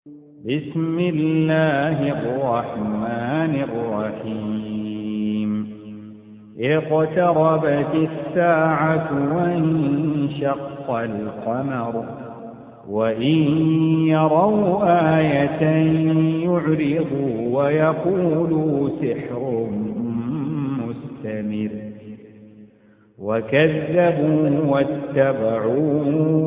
بسم الله الرحمن الرحيم اقتربت الساعة وانشق القمر وإن يروا آية يعرضوا ويقولوا سحر مستمر وكذبوا واتبعوا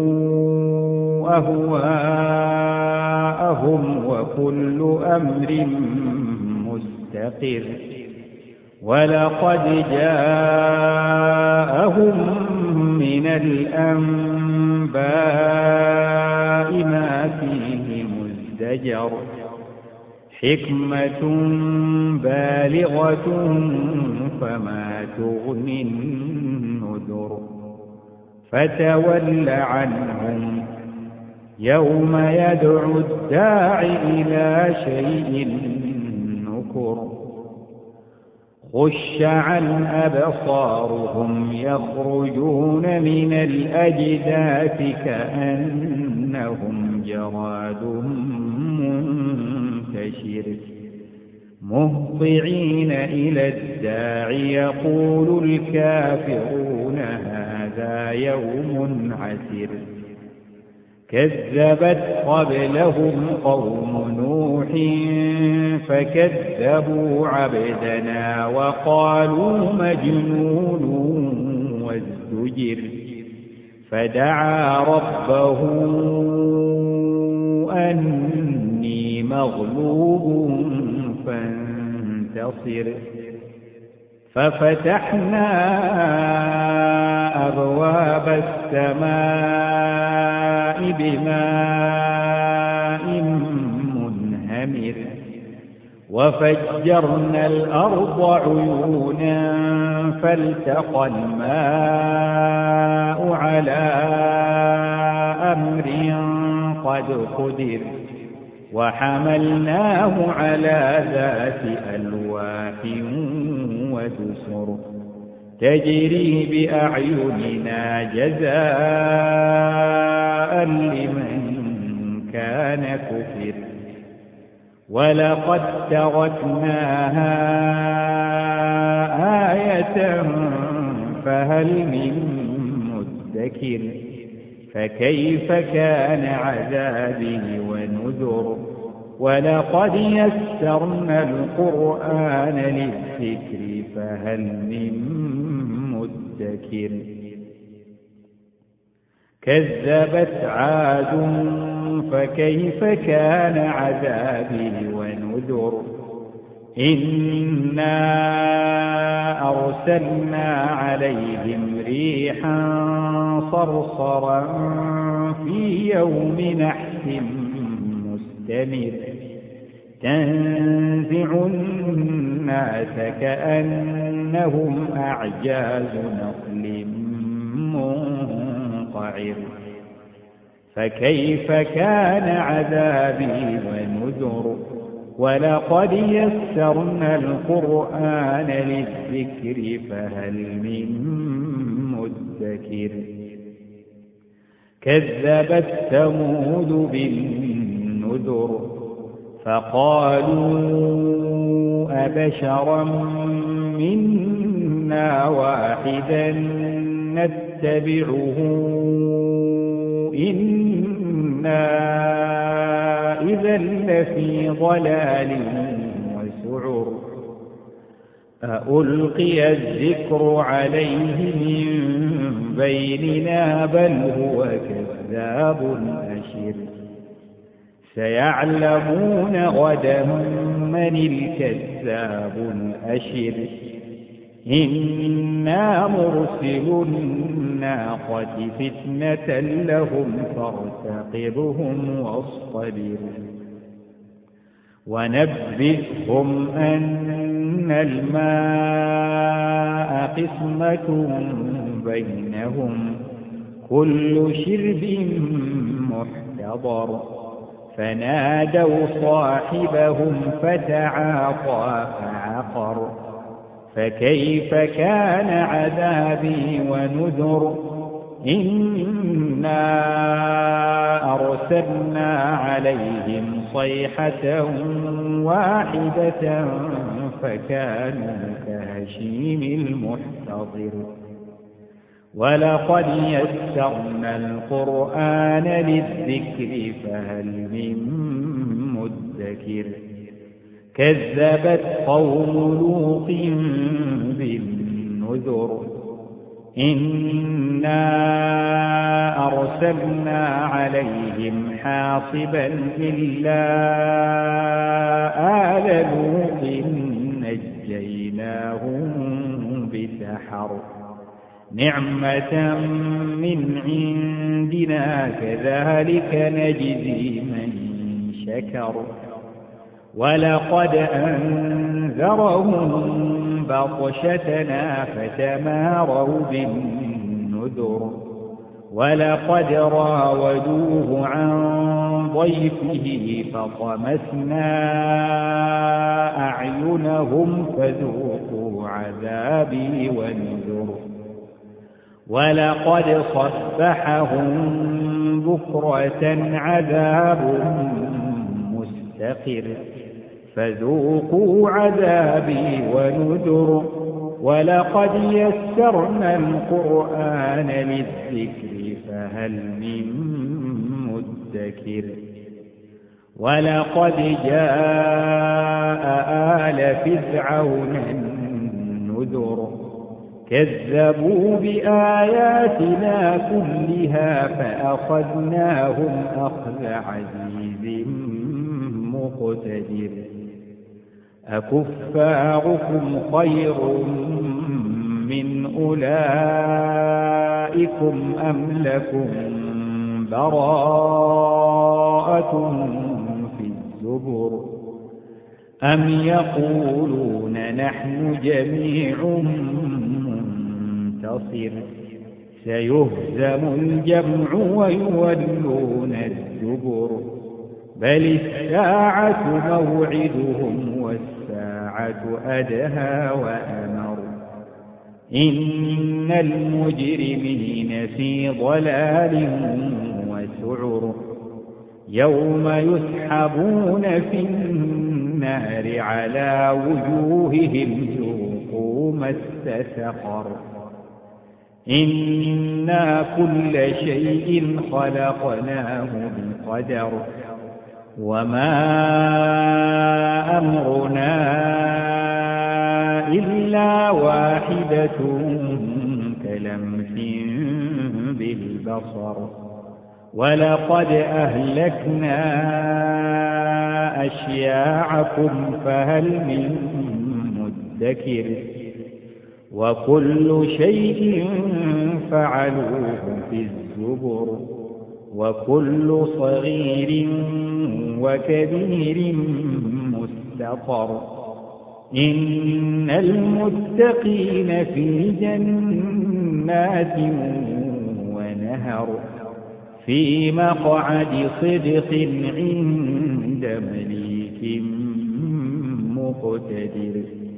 أهواءهم وكل أمر مستقر ولقد جاءهم من الأنباء ما فيه مزدجر حكمة بالغة فما تغني النذر فتول عنهم يوم يدعو الداع إلى شيء نكر خش عن أبصارهم يخرجون من الأجداث كأنهم جراد منتشر مهطعين إلى الداع يقول الكافرون هذا يوم عسر كذبت قبلهم قوم نوح فكذبوا عبدنا وقالوا مجنون وازدجر فدعا ربه أني مغلوب فانتصر ففتحنا أبواب السماء بماء منهمر وفجرنا الأرض عيونا فالتقى الماء على أمر قد قدر وحملناه على ذات ألواح ودسر تجري بأعيننا جزاء لمن كان كفر ولقد تركناها آية فهل من مدكر فكيف كان عذابي ونذر ولقد يسرنا القرآن للذكر فهل من مدكر كذبت عاد فكيف كان عذابي ونذر إنا أرسلنا عليهم ريحا صرصرا في يوم نحس مستمر تنزع الناس كأنهم أعجاز نخل منقعر فكيف كان عذابي ونذر ولقد يسرنا القرآن للذكر فهل من مدكر كذبت ثمود بالنذر فقالوا أبشرا منا واحدا نتبعه إنا إذا لفي ضلال وسعر ألقي الذكر عليه من بيننا بل هو كذاب أشر سيعلمون غدا من الكذاب الأشر إنا مرسل الناقة فتنة لهم فارتقبهم واصطبر ونبئهم أن الماء قسمة بينهم كل شرب محتضر فنادوا صاحبهم فتعاطى فعقر فكيف كان عذابي ونذر إنا أرسلنا عليهم صيحة واحدة فكانوا كهشيم المحتضر ولقد يسرنا القرآن للذكر فهل من مدكر كذبت قوم لوط بالنذر إنا أرسلنا عليهم حاصبا إلا آل لوط نجيناهم بسحر نعمة من عندنا كذلك نجزي من شكر ولقد أنذرهم بطشتنا فتماروا بالنذر ولقد راودوه عن ضيفه فطمسنا أعينهم فذوقوا عذابي ونذر ولقد صبحهم بكرة عذاب مستقر فذوقوا عذابي ونذر ولقد يسرنا القرآن للذكر فهل من مدكر ولقد جاء آل فرعون النذر كذبوا بآياتنا كلها فأخذناهم أخذ عزيز مقتدر أكفاركم خير من أولئكم أم لكم براءة في الزبر أم يقولون نحن جميع منتصر سيهزم الجمع ويولون الدبر بل الساعة موعدهم والساعة أدهى وأمر إن المجرمين في ضلال وسعر يوم يسحبون في النار على وجوههم ذوقوا مس سقر إنا كل شيء خلقناه بقدر وما أمرنا إلا واحدة كلمح بالبصر ولقد أهلكنا أشياعكم فهل من مدكر وكل شيء فعلوه في الزبر وكل صغير وكبير مستطر إن المتقين في جنات ونهر في مقعد صدق عند مليك مقتدر